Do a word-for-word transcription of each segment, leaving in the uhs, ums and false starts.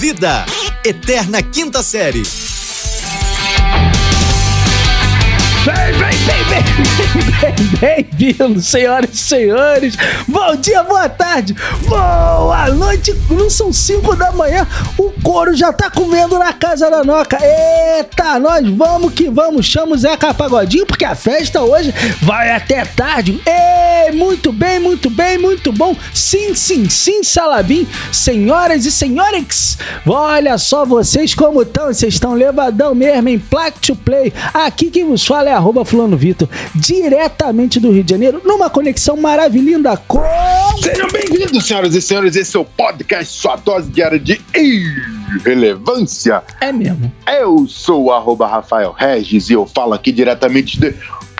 Vida, Eterna Quinta Série. Bem, bem, bem, bem, bem, bem-vindos, senhoras e senhores. Bom dia, boa tarde, boa noite. Não são cinco da manhã, o couro já tá comendo na casa da Noca. Eita, nós vamos que vamos. Chama o Zeca Pagodinho, porque a festa hoje vai até tarde. Ei, muito bem, muito bem, muito bom. Sim, sim, sim, Salabim. Senhoras e senhores, olha só vocês como estão. Vocês estão levadão mesmo em Plaque to Play. Aqui quem vos fala é arroba Fulano Vitor, diretamente do Rio de Janeiro, numa conexão maravilhinda com... Sejam bem-vindos, senhoras e senhores, esse é o podcast, sua dose diária de irrelevância. É mesmo. Eu sou o arroba Rafael Regis e eu falo aqui diretamente de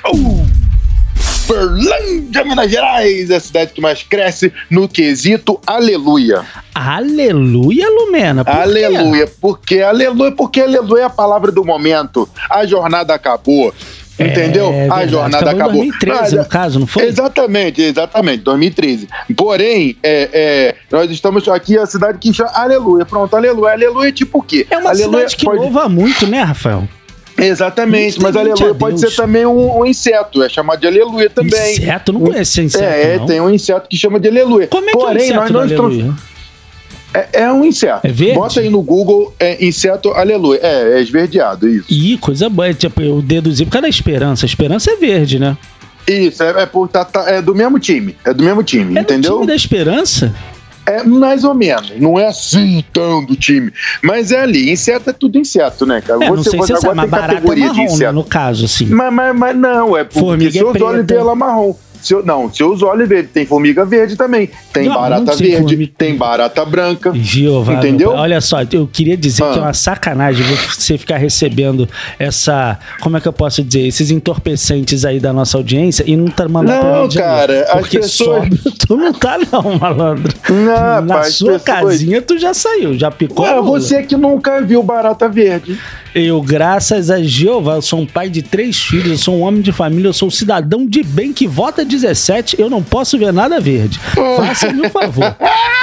Uberlândia, Minas Gerais, a cidade que mais cresce no quesito aleluia. Aleluia, Lumena? Por aleluia, quê? porque aleluia, porque aleluia é a palavra do momento. A jornada acabou. Entendeu? É, a jornada acabou. Em dois mil e treze, Mas, no caso, não foi? Exatamente, exatamente, dois mil e treze. Porém, é, é, nós estamos aqui, a cidade que chama Aleluia. Pronto, Aleluia. Aleluia é tipo o quê? É uma aleluia cidade que pode... louva muito, né, Rafael? Exatamente, mas aleluia pode ser também um, um inseto, é chamado de aleluia também. Inseto? Não conheço esse inseto, É, não. tem um inseto que chama de aleluia. Como é que Porém, é o inseto nós não estamos... É, é um inseto. É verde? Bota aí no Google, é, inseto aleluia. É, é esverdeado, isso. Ih, coisa boa. Tipo, eu deduzi por causa da esperança. A esperança é verde, né? Isso, é, é, por, tá, tá, é do mesmo time. É do mesmo time, é entendeu? É do time da esperança? É mais ou menos. Não é assim tão do time. Mas é ali. Inseto é tudo inseto, né, cara? É, você, não sei você se agora é tem barata categoria marrom, de inseto. né, no caso, assim. Mas, mas, mas não, é porque formiga se eu é olho vê ela marrom. Se eu, não, se eu uso óleo verde, tem formiga verde também. Tem não, barata não verde, formiga. Tem barata branca. Giovana, entendeu? Olha só, eu queria dizer ah. que é uma sacanagem você ficar recebendo essa, como é que eu posso dizer, esses entorpecentes aí da nossa audiência e não tá mandando pra Não, mim de cara, janeiro, as porque pessoas... sóbrio tu não tá não, malandro. Não, Na pai, sua pessoas... casinha tu já saiu, já picou. Ué, você que nunca viu barata verde. Eu, graças a Jeová, eu sou um pai de três filhos, eu sou um homem de família, eu sou um cidadão de bem que vota dezessete, eu não posso ver nada verde. Faça-me um favor.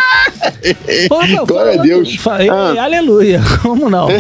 Pô, glória a Deus. Fa... Ei, ah. Aleluia, como não?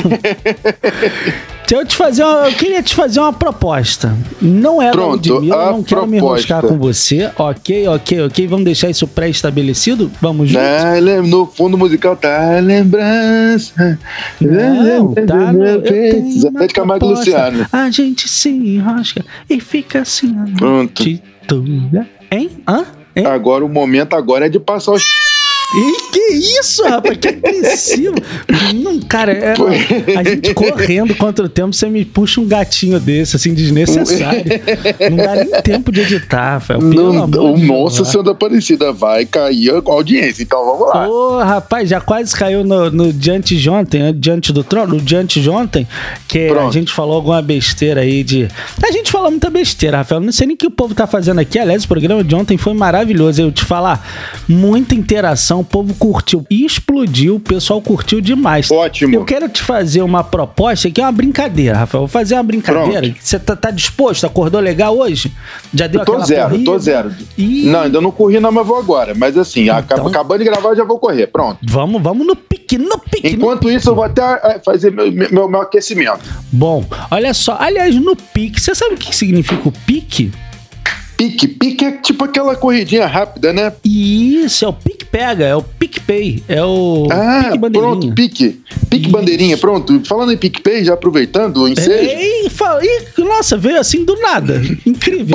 Eu, te fazer uma, eu queria te fazer uma proposta. Não é Pronto, de mim, eu não quero proposta. me enroscar com você. Ok, ok, ok. Vamos deixar isso pré-estabelecido? Vamos juntos? Não, no fundo musical tá lembrança. Não, tá no... Zé de Camargo e Luciano. A gente se enrosca e fica assim. Pronto. Toda. Hein? Hã? Hein? Agora o momento agora é de passar os... E que isso, rapaz? Que agressivo. Não, cara, é, a gente correndo contra o tempo, você me puxa um gatinho desse, assim, desnecessário. Não dá nem tempo de editar, Rafael. Pelo não, amor de Nossa Deus, Senhora Aparecida, vai cair a audiência, então vamos lá. Ô, rapaz, já quase caiu no, no Diante de Ontem, né? Diante do Trono, no Diante de Ontem, que Pronto. A gente falou alguma besteira aí de... A gente falou muita besteira, Rafael. Não sei nem o que o povo tá fazendo aqui. Aliás, o programa de ontem foi maravilhoso. Eu te falar, muita interação. O povo curtiu, explodiu, o pessoal curtiu demais. Ótimo. Eu quero te fazer uma proposta que é uma brincadeira, Rafael. Vou fazer uma brincadeira. Pronto. Você tá, tá disposto? Acordou legal hoje? Já deu eu tô aquela zero, corrida? tô zero. E... Não, ainda não corri não, mas vou agora. Mas assim, então... acabando de gravar, já vou correr. Pronto. Vamos, vamos no pique, no pique. Enquanto no isso, pique. eu vou até fazer meu, meu, meu aquecimento. Bom, olha só. Aliás, no pique, você sabe o que significa o pique? Pique, pique é tipo aquela corridinha rápida, né? Isso, é o pique pega, é o PicPay, é o ah, pique bandeirinha. Pronto, pique, pique Isso. bandeirinha, pronto. Falando em PicPay, já aproveitando o ensejo. Ei, fala, e, nossa, veio assim do nada, incrível.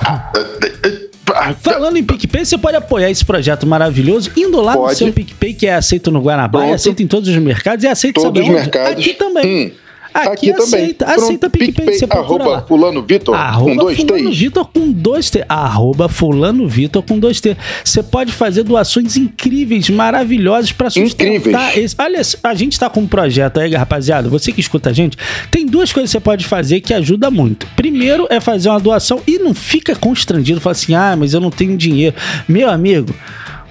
Falando em PicPay, você pode apoiar esse projeto maravilhoso indo lá pode. no seu PicPay, que é aceito no Guanabara, é aceito em todos os mercados e é aceito todos os onde? mercados. Aqui também. Hum. Aqui, aqui aceita, também. aceita PicPay, PicPay, você procura arroba lá. Fulano Vitor com dois T's. Fulano Vitor com dois T. Arroba Fulano Vitor com dois T. Você pode fazer doações incríveis, maravilhosas para sustentar esse. Olha, a gente tá com um projeto aí, rapaziada. Você que escuta a gente, tem duas coisas que você pode fazer que ajuda muito. Primeiro é fazer uma doação e não fica constrangido, fala assim, ah, mas eu não tenho dinheiro. Meu amigo,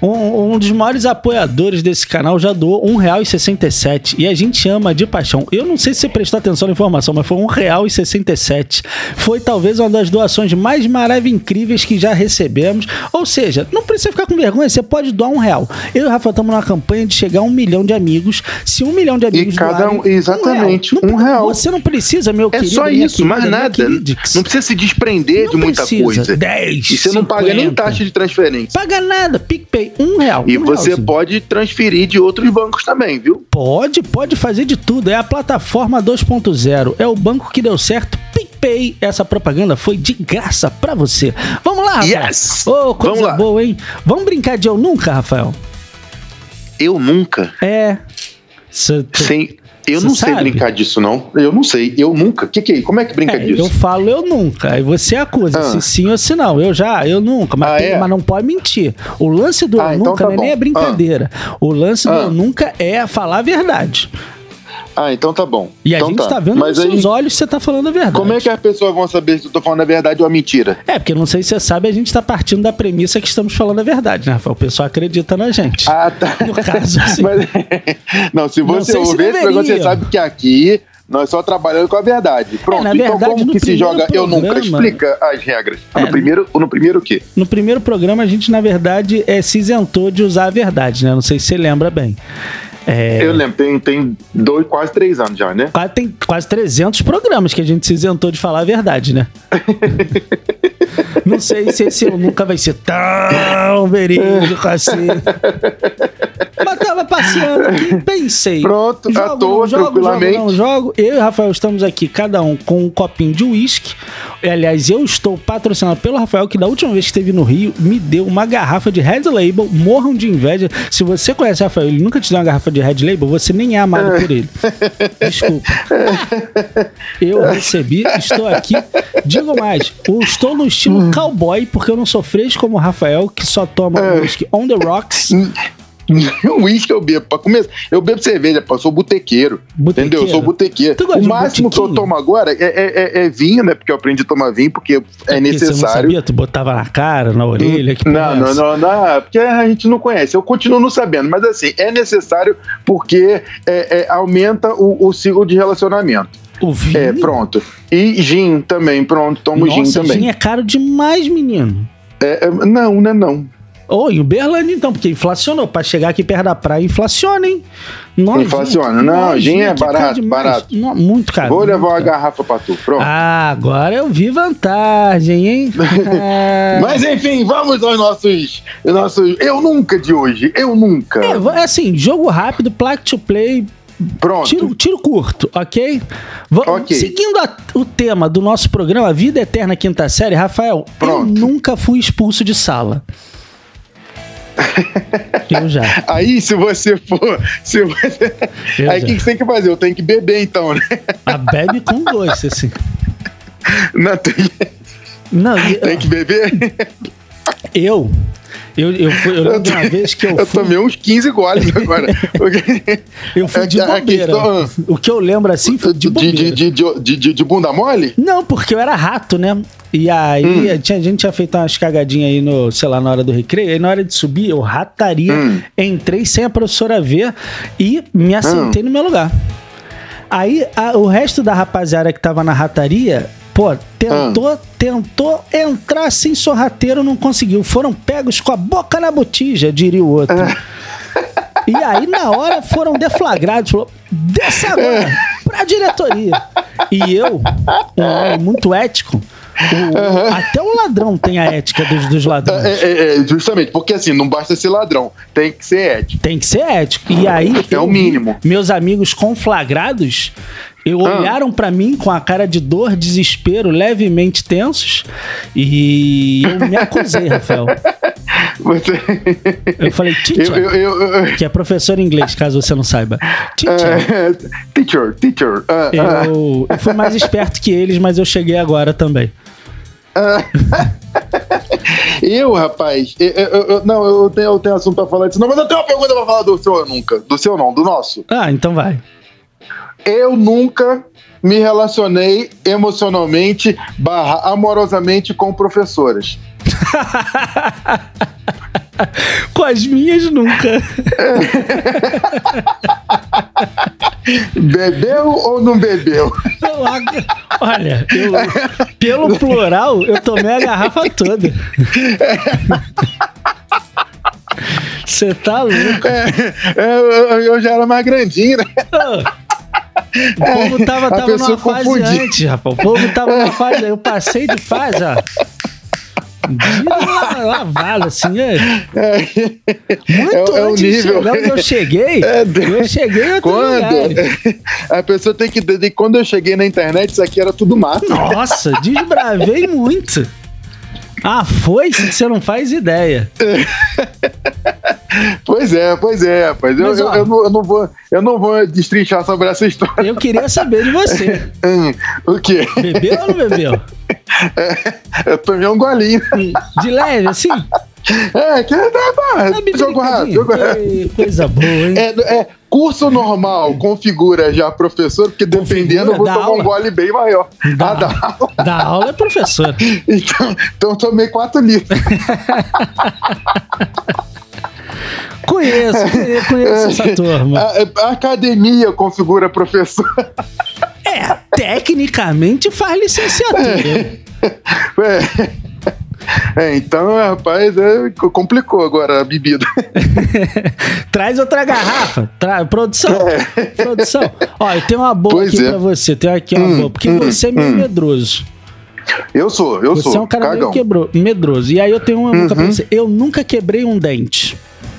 Um, um dos maiores apoiadores desse canal já doou um real e sessenta e sete e a gente ama de paixão. Eu não sei se você prestou atenção na informação, mas foi um real e sessenta e sete. Foi talvez uma das doações mais maravilhosas, incríveis que já recebemos. Ou seja, não precisa ficar com vergonha, você pode doar um real. Eu e o Rafael estamos numa campanha de chegar a um milhão de amigos. Se um milhão de amigos e cada um, exatamente, um real. um real. Você não precisa, meu é querido. É só isso, querida, mais nada. Não precisa se desprender não de muita precisa. coisa. dez, e você não cinquenta. paga nem taxa de transferência. Paga nada, PicPay, um real. E um você realzinho. pode transferir de outros bancos também, viu? Pode, pode fazer de tudo. É a plataforma dois ponto zero. É o banco que deu certo. PicPay. Essa propaganda foi de graça pra você. Vamos lá, Rafael. Yes. Ô, coisa Vamos lá. boa, hein? Vamos brincar de eu nunca, Rafael? Eu nunca? É. Cê, cê, Sem... Eu cê não sei sabe? brincar disso, não. Eu não sei. Eu nunca. O que, que é? Como é que brinca é, disso? eu falo eu nunca. Aí você acusa Ah. se sim ou se não. Eu já, eu nunca. Mas, Ah, tem- é? mas não pode mentir. O lance do Ah, eu então nunca tá não é nem bom. a brincadeira. O lance do Ah. eu nunca é falar a verdade. Ah, então tá bom. E então a gente tá. tá vendo Mas nos aí, seus olhos que você tá falando a verdade. como é que as pessoas vão saber se eu tô falando a verdade ou a mentira? É, porque não sei se você sabe, a gente tá partindo da premissa que estamos falando a verdade, né, Rafael? O pessoal acredita na gente. Ah, tá. No caso, sim. Mas, não, se Não você sei se ouvir esse programa, deveria. você sabe que aqui nós só trabalhamos com a verdade. Pronto, É, na então verdade, como no que se primeiro joga eu nunca? programa- Explica as regras. É, no primeiro, no primeiro o quê? No primeiro programa, a gente, na verdade, é, se isentou de usar a verdade, né? Não sei se você lembra bem. É, Eu lembro, tem, tem dois, quase três anos já, né? quase- tem quase trezentos programas que a gente se isentou de falar a verdade, né? Não sei se esse eu nunca vai ser tão verídico assim. Mas tava passeando aqui, pensei. Pronto, à jogo, toa, não, jogo, tranquilamente. Jogo, não, jogo. Eu e o Rafael estamos aqui, cada um com um copinho de uísque. Aliás, eu estou patrocinado pelo Rafael, que da última vez que esteve no Rio, me deu uma garrafa de Red Label. Morram de inveja. Se você conhece o Rafael, ele nunca te deu uma garrafa de Red Label, você nem é amado por ele. Desculpa. Eu recebi, estou aqui. Digo mais, eu estou no estilo cowboy, porque eu não sou fresco como o Rafael, que só toma whisky on the rocks. Uísque eu bebo. Pra começar, eu bebo cerveja, pô, eu sou botequeiro. Botequeiro? Entendeu? Eu sou botequeiro. Tu gosta O de máximo que eu botequinho? tomo agora é, é- é- é vinho, né? Porque eu aprendi a tomar vinho, porque é Porque você não necessário. sabia? Tu botava na cara, na orelha? Que porra Não, é não, essa? não, não, porque a gente não conhece. Eu continuo não sabendo, mas assim, é necessário porque é, é, aumenta o, o ciclo de relacionamento. O vinho? É, pronto. E gin também, pronto, tomo gin Nossa, também. gin é caro demais, menino. É, é, não, não é não. Ô, em Uberlândia, então, porque inflacionou. Pra chegar aqui perto da praia, inflaciona, hein? Nossa, Inflaciona. gin- Não, nossa, gin é aqui caro barato, demais. barato. Não, muito caro. Vou muito levar uma caro. garrafa pra tu, pronto. Ah, agora eu vi vantagem, hein? Ah. Mas enfim, vamos aos nossos, aos nossos. Eu nunca de hoje, eu nunca. É, é assim, jogo rápido, plaque to play, Pronto. tiro, tiro curto, ok? Va- Ok. Seguindo a- o tema do nosso programa, Vida Eterna Quinta Série, Rafael, Pronto. eu nunca fui expulso de sala. Eu já. Aí, se você for. Se você... Eu Aí, o já. que, que você tem que fazer? Eu tenho que beber, então, né? A bebe com gosto, assim. Não, tem, Não, e- tem que beber? eu. Eu, eu, fui, eu lembro de uma vez que eu Eu fui. tomei uns quinze goles agora. Eu fui de A- a bobeira. questão- O que eu lembro assim foi de de, bobeira. de, de, de, de, de- de bunda mole? Não, porque eu era rato, né? E aí Hum. tinha, a gente tinha feito umas cagadinhas aí no, sei lá, na hora do recreio. Aí na hora de subir, eu rataria, Hum. entrei sem a professora ver e me assentei no meu lugar. Aí a- o resto da rapaziada que tava na rataria, pô, tentou, tentou entrar assim sorrateiro, não conseguiu. Foram pegos com a boca na botija, diria o outro. E aí, na hora, foram deflagrados. Falou, desce agora pra diretoria. E eu, um homem muito ético, o- até o ladrão tem a ética dos, dos ladrões. É, é, é, justamente, porque assim, não basta ser ladrão, tem que ser ético. Tem que ser ético. E aí, É eu o vi mínimo. meus amigos conflagrados, eu Ah. olharam pra mim com a cara de dor, desespero, levemente tensos, e eu me acusei, Rafael. Você... Eu falei, teacher, Eu, eu, eu, eu- que é professor em inglês, caso você não saiba. Teacher, é, teacher, teacher. ah, ah, eu, eu fui mais esperto que eles, mas eu cheguei agora também. Eu, rapaz, eu, eu- eu- não, eu tenho, eu tenho assunto pra falar disso, não, mas eu tenho uma pergunta pra falar do seu eu nunca. Do seu não, do nosso. Ah, então vai. Eu nunca me relacionei emocionalmente barra amorosamente com professoras. Com as minhas, nunca. Bebeu ou não bebeu? Olha, eu, pelo plural, eu tomei a garrafa toda. Você tá louco. É, é, eu, eu já era mais grandinho, né? O povo tava, A tava pessoa numa fase confundia. antes, rapaz. O povo tava numa fase. Eu passei de fase, ó. De la- lavado, assim, é. Muito É, é o antes de nível. chegar onde eu cheguei. É, Eu cheguei em outro Quando? lugar. A pessoa tem que entender que quando eu cheguei na internet, isso aqui era tudo mato. Nossa, desbravei muito. Ah, foi? Você não faz ideia. Pois é, pois é, rapaz. Eu, Mas, eu, ó, eu, não, eu, não vou, eu não vou destrinchar sobre essa história. Eu queria saber de você. Hum, o quê? Bebeu ou não bebeu? Eu tomei um golinho. De leve, assim? É, que Ah, é, bebi jogo rápido, bocadinho. jogo rápido. Ei, coisa boa, hein? É, é, curso normal configura já professor, porque dependendo eu vou dá tomar aula. um gole bem maior. Da, Ah, dá aula. da aula é professor. Então, então eu tomei quatro litros. Conheço, conheço, conheço essa turma. A, a academia configura professor. É, tecnicamente faz licenciatura. É. É, então, rapaz, é, complicou agora a bebida. Traz outra garrafa. Tra... Produção. É. Produção. Ó, eu tenho uma boa Pois aqui é. pra você. Tenho aqui uma Hum, boa. Porque hum, você é meio hum. medroso. Eu sou, eu Você sou. é um cara cagão. meio quebrou, medroso. E aí eu tenho uma boa pra Uhum. você. Eu nunca quebrei um dente.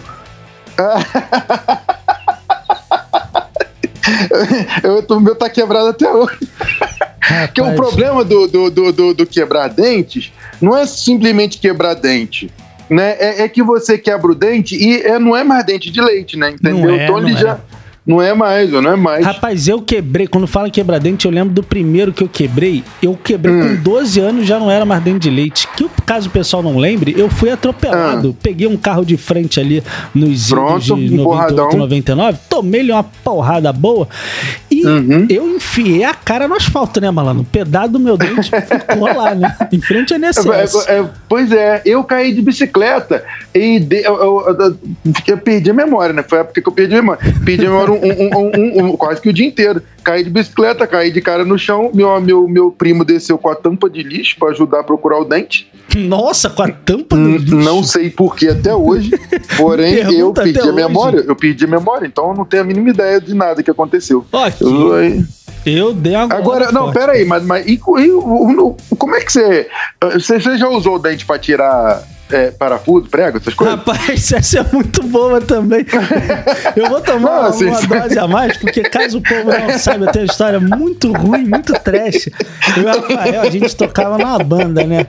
Eu, o meu tá quebrado até hoje. Porque o Rapaz. problema do, do, do, do, do quebrar dentes não é simplesmente quebrar dente. Né? É, é que você quebra o dente e é, não é mais dente de leite, né? Entendeu? Não é, então ele não já. é. Não é mais, não é mais. Rapaz, eu quebrei. Quando fala quebra-dente, eu lembro do primeiro que eu quebrei. Eu quebrei Hum. com doze anos, já não era mais dente de leite. Que caso o pessoal não lembre, eu fui atropelado. Peguei um carro de frente ali nos Pronto, idos de um noventa e porradão. oito, noventa e nove. Tomei-lhe uma porrada boa. E Uhum. eu enfiei a cara no asfalto, né, malandro? Um pedaço do meu dente ficou lá, né? Em frente ao I N S S. É, é, pois é, eu caí de bicicleta e de- eu, eu- eu- eu perdi a memória, né? Foi a época que eu perdi a memória. Perdi a memória um, um- um- um- um- quase que o dia inteiro. Caí de bicicleta, caí de cara no chão. Meu, meu, meu primo desceu com a tampa de lixo pra ajudar a procurar o dente. Nossa, com a tampa do Hum, lixo. Não sei por que até hoje. Porém, Pergunta eu até perdi a hoje. memória. Eu perdi a memória, então eu não tenho a mínima ideia de nada que aconteceu. Ó, aqui, Eu- aí- eu dei uma Agora, não, forte. pera aí, mas, mas e, e o- o- como é que você, você. Você já usou o dente pra tirar é, parafuso, prego, essas coisas? Rapaz, essa é muito boa também. Eu vou tomar Não, uma, assim, uma dose a mais, porque caso o povo não saiba, eu tenho uma história muito ruim, muito trash. Eu e o Rafael, a gente tocava numa banda, né?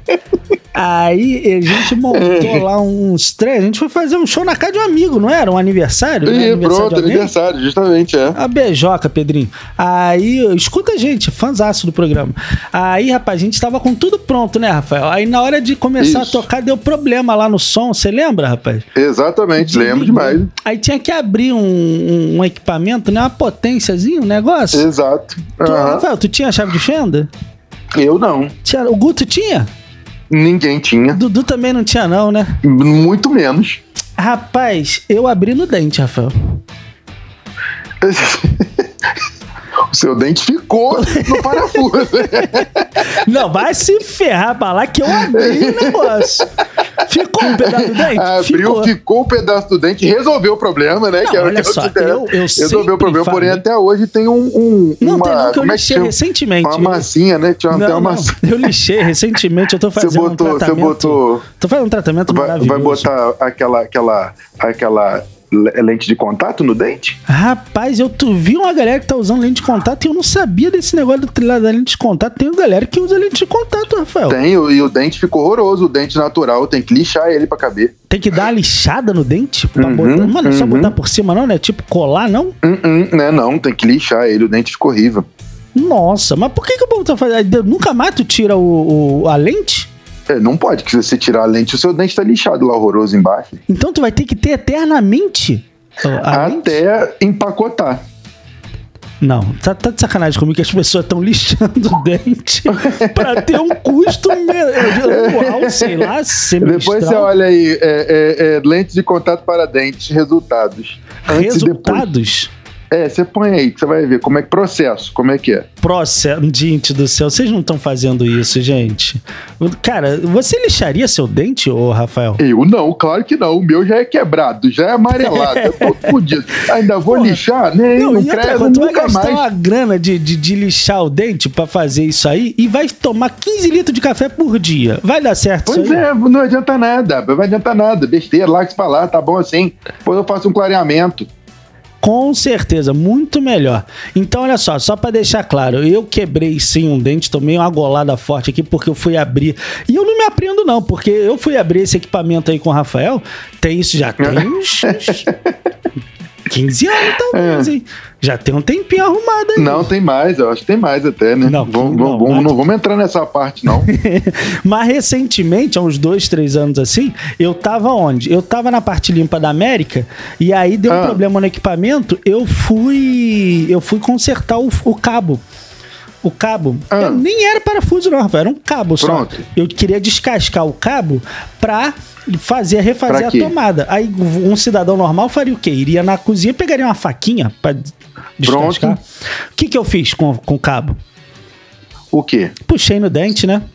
Aí a gente montou lá uns três, a gente foi fazer um show na casa de um amigo, não era? Um aniversário? né? Ih, Aniversário pronto, de alguém? aniversário, justamente, é. A beijoca, Pedrinho. Aí, escuta a gente, fãzaço do programa. Aí, rapaz, a gente tava com tudo pronto, né, Rafael? Aí, na hora de começar Isso. a tocar, deu problema lá no som, você lembra, rapaz? Exatamente, Desligou. lembro demais. Aí tinha que abrir um, um- um equipamento, né? Uma potênciazinha, um negócio. Exato. Tu, Aham. Rafael, tu tinha a chave de fenda? Eu não. Tinha, o Guto tinha? Ninguém tinha. Dudu também não tinha, não, né? Muito menos. Rapaz, eu abri no dente, Rafael. O seu dente ficou no parafuso. Não, vai se ferrar pra lá que eu abri o negócio. Ficou um pedaço do dente? Abriu, ficou o pedaço do dente, resolveu o problema, né? Não, que é o olha que só, te interessa. eu- eu resolveu sempre o problema, porém falei. até hoje tem um, um Não, uma, tem não que eu como é que lixei chama? recentemente. Uma massinha, né? Tinha até Não, uma não, massinha. eu lixei recentemente, eu tô Você fazendo botou, um você tratamento. botou, Tô fazendo um tratamento vai, maravilhoso. vai botar aquela, aquela, aquela le- lente de contato no dente? Rapaz, eu tu vi uma galera que tá usando lente de contato e eu não sabia desse negócio do trilhar da lente de contato. Tem uma galera que usa lente de contato, Rafael. Tem, Tem, e o dente ficou horroroso. O dente natural, tem que lixar ele pra caber. que dar uma lixada no dente pra Uhum, botar. Mano, é só uhum. botar por cima, não, né? Tipo colar, não? Hum, hum, né? Não, tem que lixar ele. O dente ficou horrível. Nossa, mas por que, que o povo tá fazendo? Nunca mais tu tira o, o- a lente? É, não pode, que se você tirar a lente, o seu dente tá lixado lá, horroroso embaixo. Então tu vai ter que ter eternamente a lente? Até empacotar. Não, tá, tá de sacanagem comigo que as pessoas estão lixando o dente pra ter um custo anual, sei lá, semestral. Depois você olha aí, é, é, é, lentes de contato para dentes, resultados. Antes Resultados? É, você põe aí, que você vai ver como é que processo, como é que é. Processo, gente do céu, vocês não estão fazendo isso, gente. Cara, você lixaria seu dente, ô Rafael? Eu não, claro que não. O meu já é quebrado, já é amarelado, é todo fodido. Ainda vou Porra. lixar? Nem, não, não creio, tu nunca vai gastar mais. uma grana de, de, de lixar o dente pra fazer isso aí e vai tomar quinze litros de café por dia. Vai dar certo pois isso aí? Pois é, não adianta nada, não vai adiantar nada. Besteira, larga isso pra lá, tá bom assim. Depois eu faço um clareamento. Com certeza, muito melhor. Então, olha só, só pra deixar claro, eu quebrei sim um dente, tomei uma golada forte aqui porque eu fui abrir. E eu não me aprendo não, porque eu fui abrir esse equipamento aí com o Rafael, tem isso já tem uns quinze anos talvez, é. hein? Já tem um tempinho arrumado aí. Não, tem mais, eu acho que tem mais até, né? Não, vamos, não, vamos, não vamos entrar nessa parte, não. Mas recentemente, há uns dois, três anos assim, eu tava onde? Eu tava na parte limpa da América e aí deu ah. um problema no equipamento, eu fui eu fui consertar o, o cabo. O cabo, ah. nem era parafuso não, Rafael, era um cabo Pronto. só. Eu queria descascar o cabo pra fazer, refazer a tomada. Aí um cidadão normal faria o quê? Iria na cozinha, pegaria uma faquinha pra descascar. Pronto. O que que eu fiz com, com o cabo? O quê? Puxei no dente, né?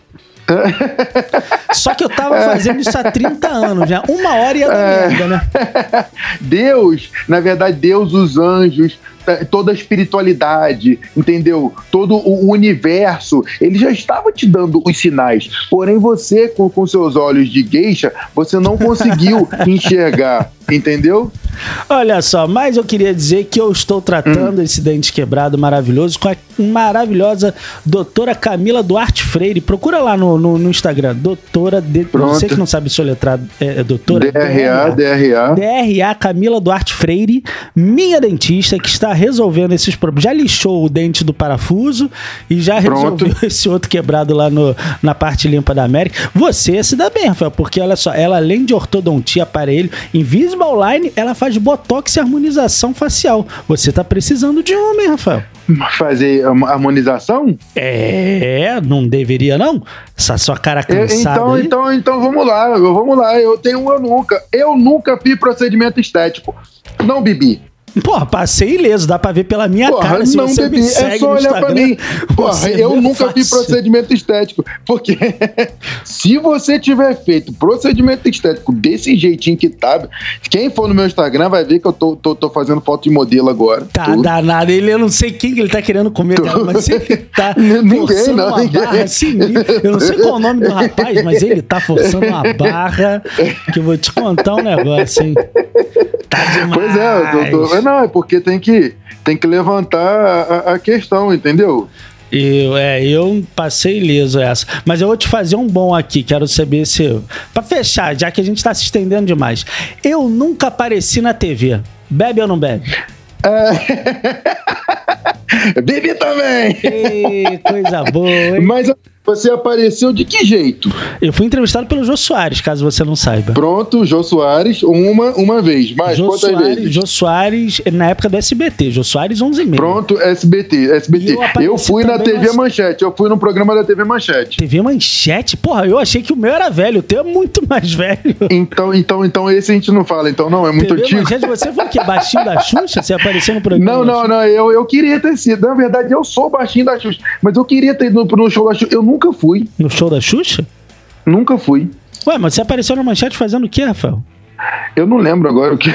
Só que eu tava fazendo isso há trinta anos, né? Uma hora ia dar é... merda, né? Deus, na verdade, Deus, os anjos, toda a espiritualidade, entendeu? Todo o universo, ele já estava te dando os sinais. Porém, você, com, com seus olhos de geisha, você não conseguiu enxergar, entendeu? Olha só, mas eu queria dizer que eu estou tratando hum. esse dente quebrado maravilhoso com a maravilhosa doutora Camila Duarte Freire. Procura lá no, no, no Instagram, doutora, de, você que não sabe soletrar, é, é doutora? D R A, D R A. D R A Camila Duarte Freire, minha dentista, que está resolvendo esses problemas. Já lixou o dente do parafuso e já Pronto. resolveu esse outro quebrado lá no, na parte limpa da América. Você se dá bem, Rafael, porque olha só, ela além de ortodontia, aparelho, Invisalign, ela faz botox e harmonização facial. Você tá precisando de uma, hein, Rafael? Fazer harmonização? É, não deveria não? Essa sua cara cansada então, aí. Então, então vamos lá, vamos lá. Eu tenho um, eu nunca. Eu nunca fiz procedimento estético. Não bebi. Porra, passei ileso, dá pra ver pela minha Porra, cara. Se não você bebi, me segue é só olhar pra mim. Porra, eu nunca fácil. fiz procedimento estético. Porque se você tiver feito procedimento estético desse jeitinho que tá, quem for no meu Instagram vai ver que eu tô, tô, tô fazendo foto de modelo agora. Tá tudo. danado. Ele, eu não sei quem que ele tá querendo comer dela, mas ele tá ninguém, forçando não, uma ninguém. barra assim. Eu não sei qual é o nome do rapaz, mas ele tá forçando uma barra que eu vou te contar um negócio, hein? Tá demais. Pois é, eu tô, não, é porque tem que, tem que levantar a, a questão, entendeu? Eu, é, eu passei ileso essa. Mas eu vou te fazer um bom aqui, quero saber se... Pra fechar, já que a gente tá se estendendo demais. Eu nunca apareci na T V. Bebe ou não bebe? É... Bebi também! Ei, coisa boa, hein? Mas você apareceu de que jeito? Eu fui entrevistado pelo Jô Soares, caso você não saiba. Pronto, Jô Soares, uma, uma vez. Mais, Jô quantas Soares, vezes? Jô Soares, na época do S B T. Jô Soares, onze e meia. Pronto, S B T, S B T. Eu, eu fui na T V nas... Manchete, eu fui no programa da T V Manchete. T V Manchete? Porra, eu achei que o meu era velho, o teu é muito mais velho. Então, então, então esse a gente não fala, então não, é muito T V antigo. Manchete, você foi o quê? Baixinho da Xuxa? Você apareceu no programa? Não, não, não, eu, eu queria ter sido. Na verdade, eu sou baixinho da Xuxa, mas eu queria ter ido no, no show da Xuxa. Eu nunca fui. No show da Xuxa? Nunca fui. Ué, mas você apareceu na Manchete fazendo o quê, Rafael? Eu não lembro agora o que...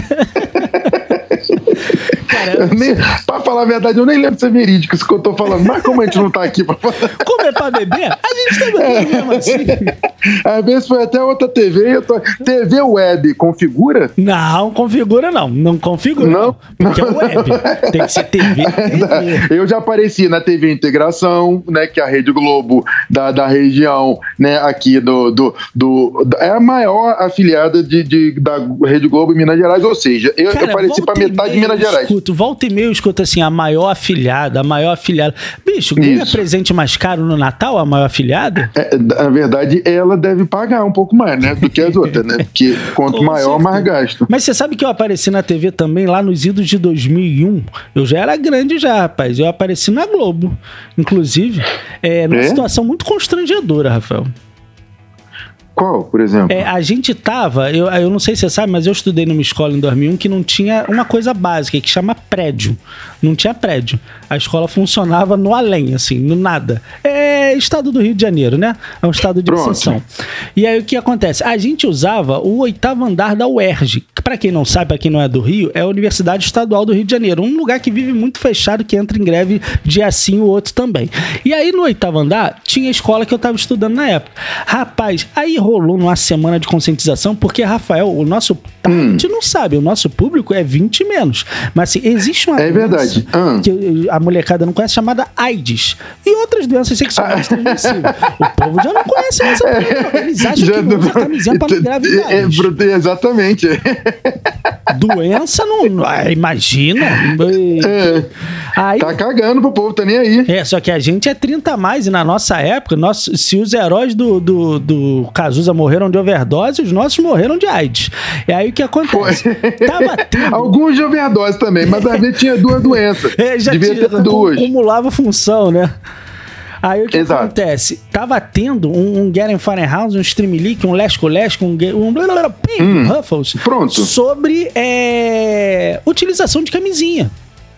Cara, nem, pra falar a verdade, eu nem lembro se é verídico isso que eu tô falando. Mas como a gente não tá aqui pra falar... Como é pra beber? A gente tá bebendo é. mesmo assim. Às vezes foi até outra T V. Eu tô... T V web configura? Não, configura não. Não configura. Não. não porque é web. Tem que ser T V. T V. Eu já apareci na T V Integração, né? Que é a Rede Globo da, da região, né? Aqui do, do, do... É a maior afiliada de, de, da Rede Globo em Minas Gerais. Ou seja, eu, Cara, eu apareci pra metade de Minas Gerais. Escuto, volta e meia eu escuto assim, assim, a maior afilhada, a maior afilhada. Bicho, ganha presente mais caro no Natal, a maior afilhada? É, na verdade, ela deve pagar um pouco mais, né? Do que as outras, né? Porque quanto Com maior, certeza. mais gasto. Mas você sabe que eu apareci na T V também lá nos idos de dois mil e um? Eu já era grande já, rapaz. Eu apareci na Globo, inclusive, é, numa É? situação muito constrangedora, Rafael. Qual, por exemplo? É, a gente tava, eu, eu não sei se você sabe, mas eu estudei numa escola em dois mil e um que não tinha uma coisa básica, que chama prédio. Não tinha prédio. A escola funcionava no além, assim, no nada. É estado do Rio de Janeiro, né? É um estado de Pronto. exceção. E aí o que acontece? A gente usava o oitavo andar da U E R J, que pra quem não sabe, pra quem não é do Rio, é a Universidade Estadual do Rio de Janeiro. Um lugar que vive muito fechado, que entra em greve dia sim, o outro também. E aí no oitavo andar, tinha a escola que eu tava estudando na época. Rapaz, aí rolou numa semana de conscientização, porque, Rafael, o nosso... A gente não sabe, o nosso público é vinte menos. Mas assim, existe uma É verdade. Ah. que a molecada não conhece, chamada AIDS. E outras doenças sexuais transmissíveis. O povo já não conhece essa porra. Eles acham Já que não- usa camisinha pra não engravidar. É, pro- exatamente. Doença não... ah, imagina. É, Aí... tá cagando pro povo, tá nem aí. É, só que a gente é trinta a mais e na nossa época, nós, se os heróis do, do, do Cazuza morreram de overdose, os nossos morreram de AIDS. E aí o que acontece? Tava tendo... Alguns de overdose também, mas às vezes tinha duas doenças. É, já Devia tinha, ter duas. acumulava função, né? Aí o que Exato. acontece? Tava tendo um, um Garen Fahrenheit, um Streamlink, um Lesco Lesco, um, Ge- um blá, blá, blá, pim, Hum, Ruffles, pronto. sobre é, utilização de camisinha.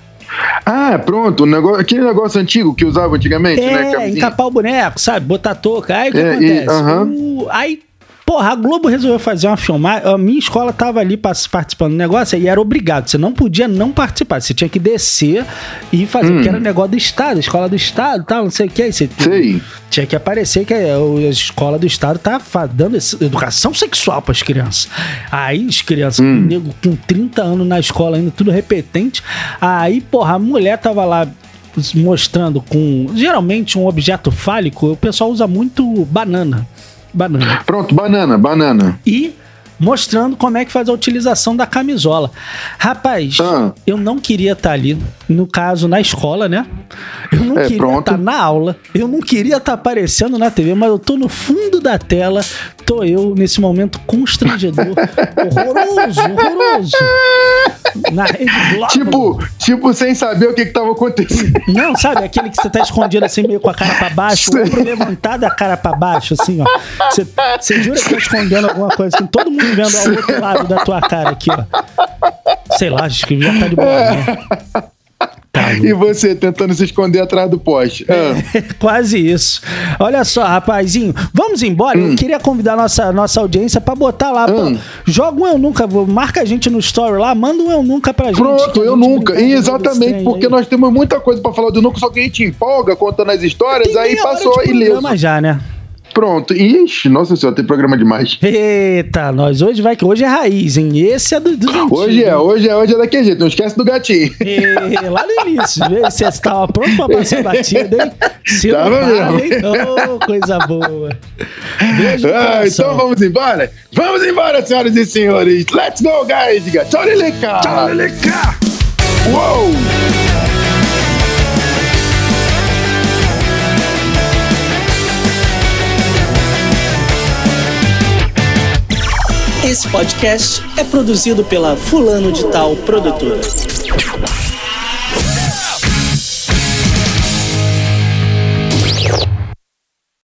Ah, pronto. O negócio, aquele negócio antigo que usava antigamente, né? É, camisinha. encapar o boneco, sabe? Botar touca. Aí o que É, e- acontece? aham. O- aí, porra, a Globo resolveu fazer uma filmagem. A minha escola tava ali pas- participando do negócio e era obrigado. Você não podia não participar. Você tinha que descer e fazer, Hum. porque era negócio do Estado, escola do Estado, tal, não sei o que. Aí você Sei. tinha que aparecer que a a escola do Estado tá fa- dando esse- educação sexual pras crianças. Aí as crianças, Hum. com nego com trinta anos na escola ainda, tudo repetente. Aí, porra, a mulher tava lá mostrando com, geralmente, um objeto fálico. O pessoal usa muito banana. Banana. Pronto, banana, banana. E mostrando como é que faz a utilização da camisola. Rapaz, Ah. eu não queria estar ali, no caso, na escola, né? Eu não É, queria pronto. estar na aula, eu não queria estar aparecendo na T V, mas eu tô no fundo da tela, tô eu nesse momento constrangedor, horroroso, horroroso. Na rede Globo. Tipo, tipo, sem saber o que que tava acontecendo. Não, sabe? Aquele que você tá escondido assim, meio com a cara pra baixo, o ombro levantado, a cara pra baixo, assim, ó. Você, você jura que tá escondendo alguma coisa assim, todo mundo vendo ao outro lado da tua cara aqui, ó. Sei lá, acho que já tá de boa, né? Tá, E você tentando se esconder atrás do poste. Ah. quase isso. Olha só, rapazinho, vamos embora. Eu queria convidar a nossa, nossa audiência pra botar lá. Pô, Hum. joga um Eu Nunca, marca a gente no story lá, manda um Eu Nunca pra gente. que Pronto, a eu gente nunca. brincar E de exatamente, trem porque aí. nós temos muita coisa pra falar do nunca, só que a gente empolga contando as histórias, Tem aí meia hora passou de e leu. programa já, né? Pronto. Ixi, nossa senhora, tem programa demais. Eita, nós hoje vai que hoje é raiz, hein? Esse é do, dos antigos. Hoje é, hoje é, hoje é daquele jeito, não esquece do gatinho. E, lá no início, vê se você estava pronto pra passar batida, hein? Se Tava não tava, mesmo. hein? Oh, coisa boa. Beijo no Ah, coração. então vamos embora? Vamos embora, senhoras e senhores. Let's go, guys. Diga tchau, Leleca. Tchau, Leleca. Uou. Esse podcast é produzido pela Fulano de Tal Produtora.